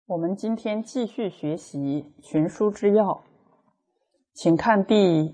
我们今天继续学习群书之要，请看第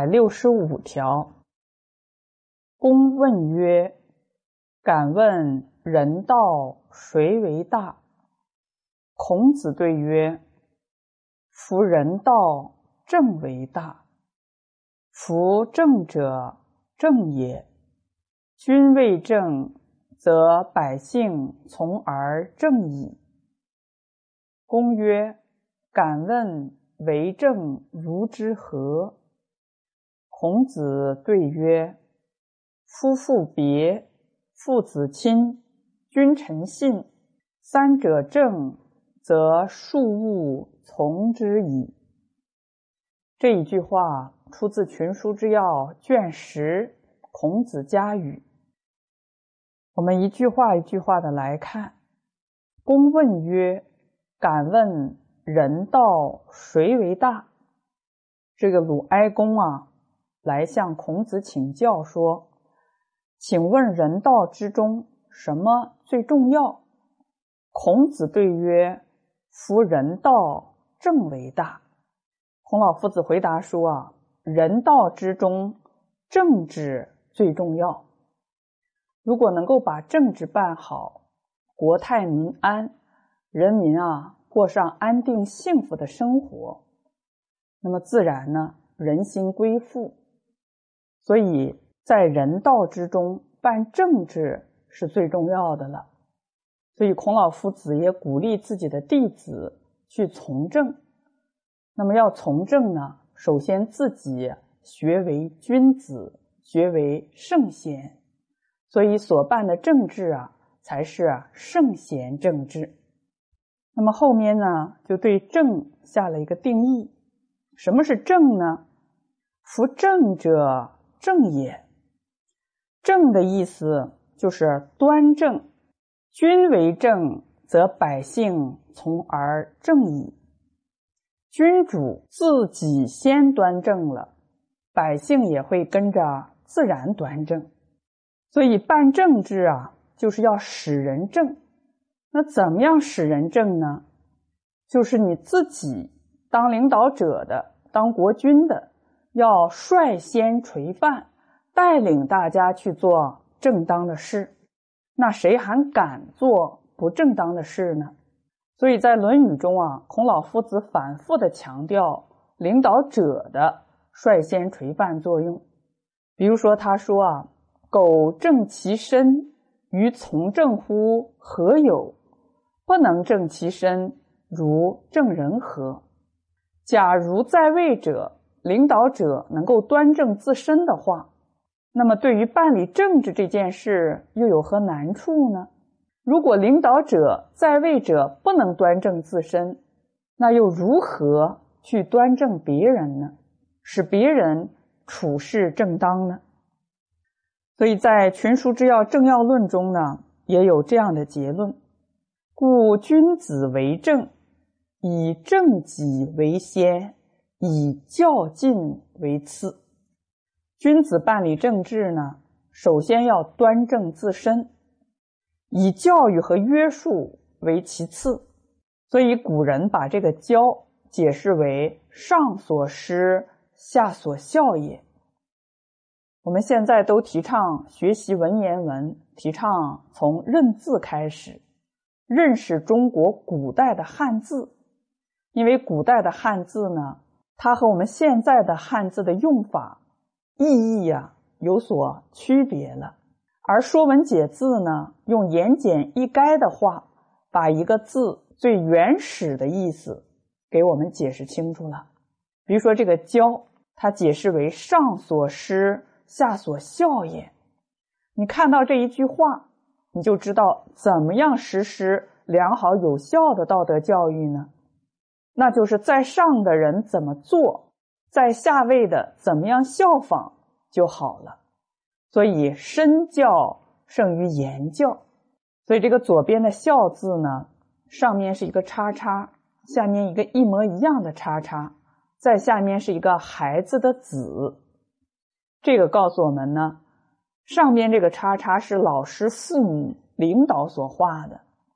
165条。公问曰：敢问人道谁为大？孔子对曰：夫人道正为大。夫正者，正也。君未正，则百姓从而正矣。公曰：敢问为政如之何？孔子对曰：夫妇别，父子亲，君臣信，三者正，则庶务从之矣。这一句话出自《群书之要》卷10孔子家语。我们一句话一句话的来看。公问曰：敢问人道谁为大？这个鲁哀公来向孔子请教说，请问人道之中什么最重要？孔子对曰：夫人道正为大。孔老夫子回答说人道之中政治最重要。如果能够把政治办好，国泰民安，人民过上安定幸福的生活，那么自然呢，人心归附。所以在人道之中办政治是最重要的了。所以孔老夫子也鼓励自己的弟子去从政。那么要从政呢，首先自己学为君子，学为圣贤。所以所办的政治才是圣贤政治。那么后面呢，就对正下了一个定义。什么是正呢？夫正者，正也。正的意思就是端正。君为正，则百姓从而正矣。君主自己先端正了，百姓也会跟着自然端正。所以办政治就是要使人正。那怎么样使人正呢？就是你自己当领导者的，当国君的，要率先垂范，带领大家去做正当的事。那谁还敢做不正当的事呢？所以在《论语》中孔老夫子反复的强调领导者的率先垂范作用。比如说他说苟正其身，于从政乎何有？不能正其身，如正人何？假如在位者，领导者能够端正自身的话，那么对于办理政治这件事又有何难处呢？如果领导者在位者不能端正自身，那又如何去端正别人呢？使别人处事正当呢？所以在《群书之要正要论》中呢，也有这样的结论：故君子为正，以正己为先，以教进为次。君子办理政治呢，首先要端正自身，以教育和约束为其次。所以古人把这个教解释为上所施，下所效也。我们现在都提倡学习文言文，提倡从认字开始，认识中国古代的汉字。因为古代的汉字呢，它和我们现在的汉字的用法、意义有所区别了。而说文解字呢，用言简意赅的话，把一个字最原始的意思给我们解释清楚了。比如说这个教，它解释为上所施，下所效也。你看到这一句话，你就知道怎么样实施良好有效的道德教育呢？那就是在上的人怎么做，在下位的怎么样效仿就好了。所以身教胜于言教。所以这个左边的孝字呢，上面是一个叉叉，下面一个一模一样的叉叉，再下面是一个孩子的子。这个告诉我们呢，上边这个叉叉是老师、父母、领导所画的，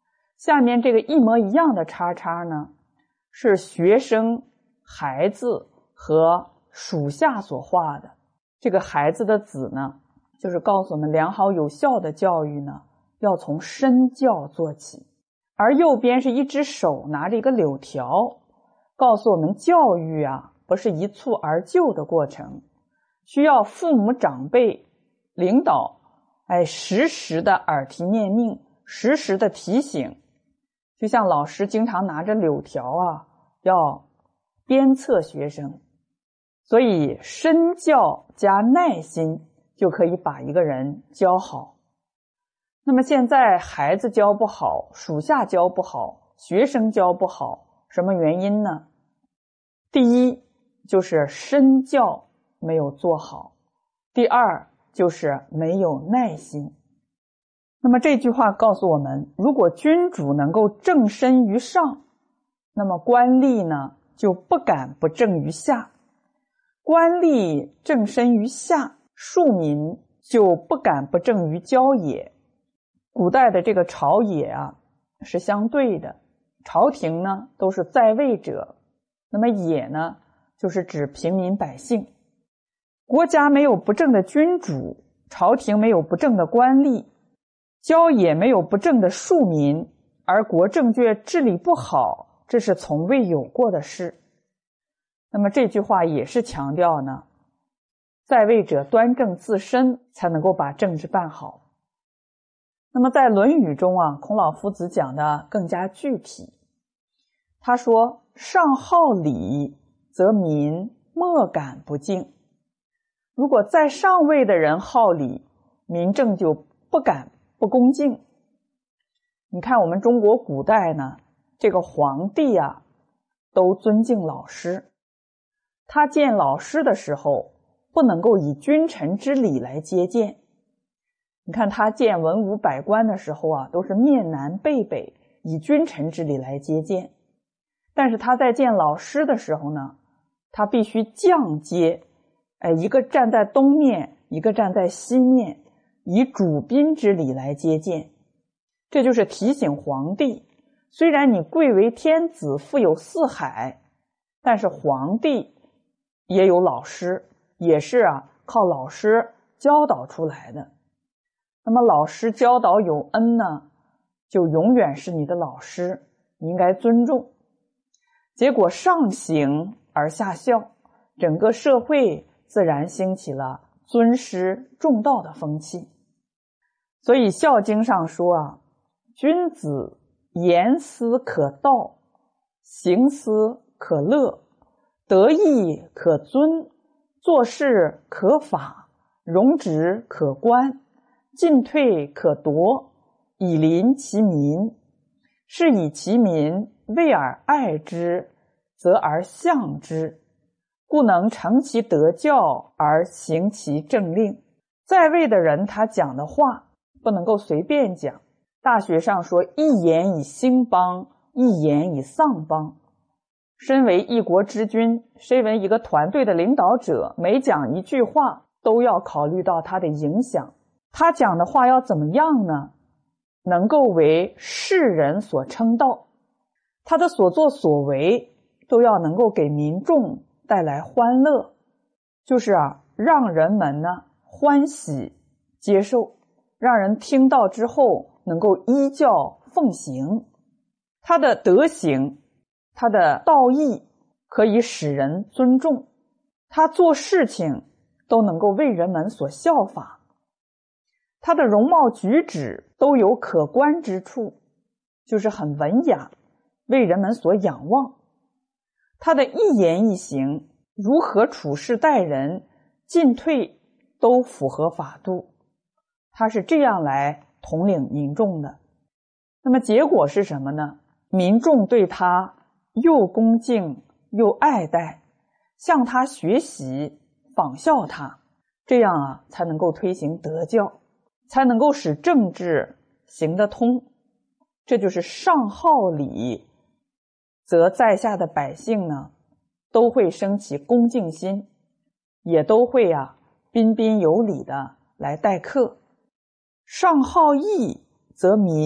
下面这个一模一样的叉叉呢，是学生、孩子和属下所画的。这个孩子的子呢，就是告诉我们良好有效的教育呢，要从身教做起。而右边是一只手拿着一个柳条，告诉我们教育啊，不是一蹴而就的过程，需要父母长辈、领导时时的耳提面命，时时的提醒。就像老师经常拿着柳条啊，要鞭策学生。所以身教加耐心就可以把一个人教好。那么现在孩子教不好，属下教不好，学生教不好，什么原因呢？第一就是身教没有做好，第二就是没有耐心。那么这句话告诉我们，如果君主能够正身于上，那么官吏呢就不敢不正于下。官吏正身于下，庶民就不敢不正于郊野。古代的这个朝野啊是相对的，朝廷呢都是在位者，那么野呢就是指平民百姓。国家没有不正的君主，朝廷没有不正的官吏，郊野没有不正的庶民，而国政却治理不好，这是从未有过的事。那么这句话也是强调呢，在位者端正自身，才能够把政治办好。那么在《论语》中啊，孔老夫子讲的更加具体。他说：“上好礼，则民莫敢不敬。”如果在上位的人好礼，民众就不敢不恭敬。你看我们中国古代呢，这个皇帝啊，都尊敬老师。他见老师的时候，不能够以君臣之礼来接见。你看他见文武百官的时候啊，都是面南背北，以君臣之礼来接见。但是他在见老师的时候呢，他必须降阶，一个站在东面，一个站在西面，以主宾之礼来接见。这就是提醒皇帝，虽然你贵为天子，富有四海，但是皇帝也有老师，也是靠老师教导出来的。那么老师教导有恩呢，就永远是你的老师，你应该尊重。结果上行而下效，整个社会自然兴起了尊师重道的风气。所以《孝经》上说君子言思可道，行思可乐，得意可尊，做事可法，容止可观，进退可夺，以临其民。是以其民为而爱之，则而相之，故能成其德教而行其政令。在位的人他讲的话不能够随便讲。大学上说，一言以兴邦，一言以丧邦。身为一国之君，身为一个团队的领导者，每讲一句话都要考虑到他的影响。他讲的话要怎么样呢？能够为世人所称道，他的所作所为都要能够给民众带来欢乐，就是让人们呢欢喜接受，让人听到之后能够依教奉行。他的德行，他的道义可以使人尊重，他做事情都能够为人们所效法，他的容貌举止都有可观之处，就是很文雅，为人们所仰望。他的一言一行，如何处事待人，进退都符合法度，他是这样来统领民众的。那么结果是什么呢？民众对他又恭敬又爱戴，向他学习，仿效他，这样才能够推行德教，才能够使政治行得通。这就是上好礼，则在下的百姓呢都会升起恭敬心，也都会彬彬有礼的来待客。上好义，则民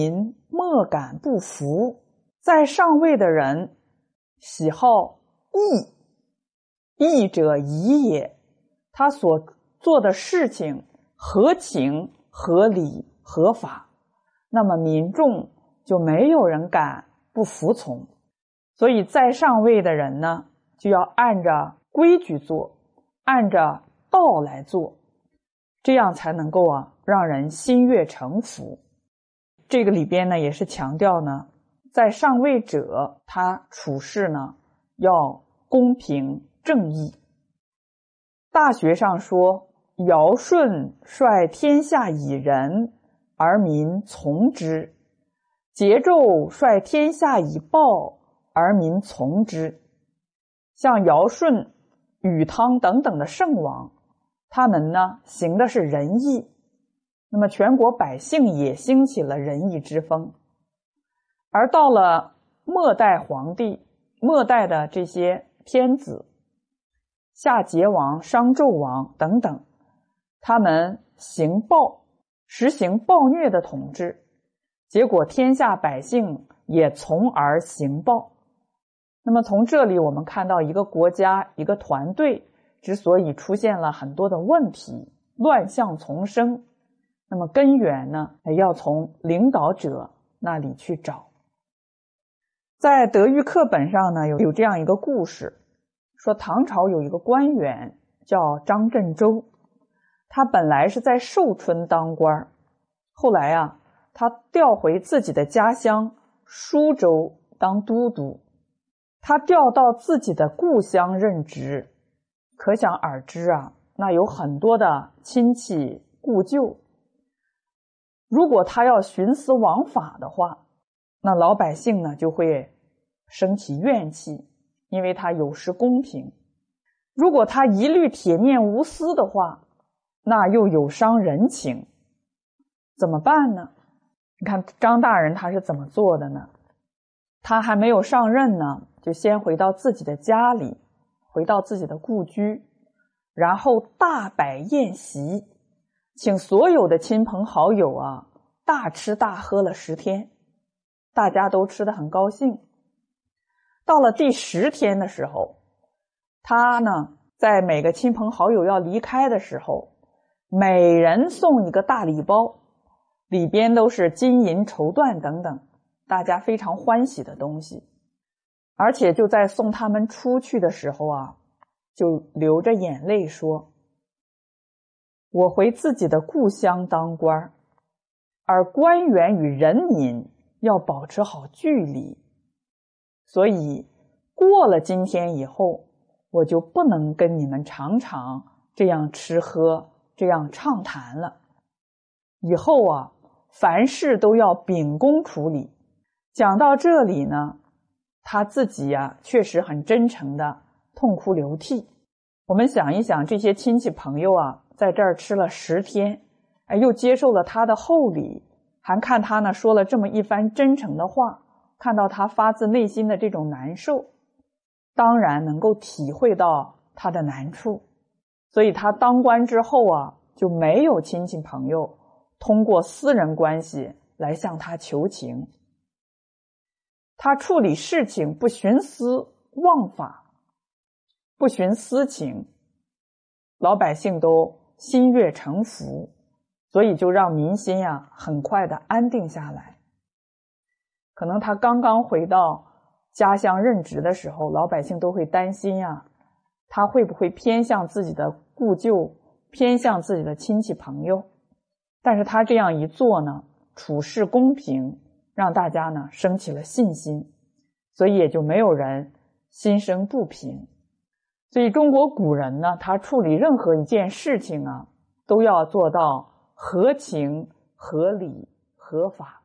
莫敢不服。在上位的人喜好义，义者宜也，他所做的事情合情、合理、合法，那么民众就没有人敢不服从。所以在上位的人呢，就要按着规矩做，按着道来做，这样才能够让人心悦诚服。这个里边呢，也是强调呢，在上位者他处事呢要公平正义。大学上说，尧舜率天下以仁，而民从之；桀纣率天下以暴，而民从之。像尧舜、禹汤等等的圣王，他们呢行的是仁义，那么全国百姓也兴起了仁义之风。而到了末代皇帝，末代的这些天子，夏桀王、商纣王等等，他们行暴，实行暴虐的统治，结果天下百姓也从而行暴。那么从这里我们看到，一个国家、一个团队之所以出现了很多的问题，乱象丛生，那么根源呢，要从领导者那里去找。在德育课本上呢，有这样一个故事，说唐朝有一个官员叫张振周，他本来是在寿春当官，后来他调回自己的家乡舒州当都督。他调到自己的故乡任职，可想而知那有很多的亲戚故旧。如果他要徇私枉法的话，那老百姓呢就会生起怨气，因为他有失公平。如果他一律铁面无私的话，那又有伤人情，怎么办呢？你看张大人他是怎么做的呢？他还没有上任呢，就先回到自己的家里，回到自己的故居，然后大摆宴席，请所有的亲朋好友大吃大喝了10天，大家都吃得很高兴。到了第10天的时候，他呢在每个亲朋好友要离开的时候，每人送一个大礼包，里边都是金银绸缎等等，大家非常欢喜的东西。而且就在送他们出去的时候就流着眼泪说，我回自己的故乡当官，而官员与人民要保持好距离，所以过了今天以后，我就不能跟你们常常这样吃喝，这样畅谈了。以后凡事都要秉公处理。讲到这里呢，他自己确实很真诚的痛哭流涕。我们想一想，这些亲戚朋友在这儿吃了10天，又接受了他的厚礼，还看他呢说了这么一番真诚的话，看到他发自内心的这种难受，当然能够体会到他的难处。所以他当官之后就没有亲戚朋友通过私人关系来向他求情。他处理事情不徇私枉法，不徇私情，老百姓都心悦诚服，所以就让民心很快的安定下来。可能他刚刚回到家乡任职的时候，老百姓都会担心他会不会偏向自己的故旧，偏向自己的亲戚朋友。但是他这样一做呢，处事公平，让大家呢升起了信心，所以也就没有人心生不平。所以中国古人呢，他处理任何一件事情都要做到合情、合理、合法。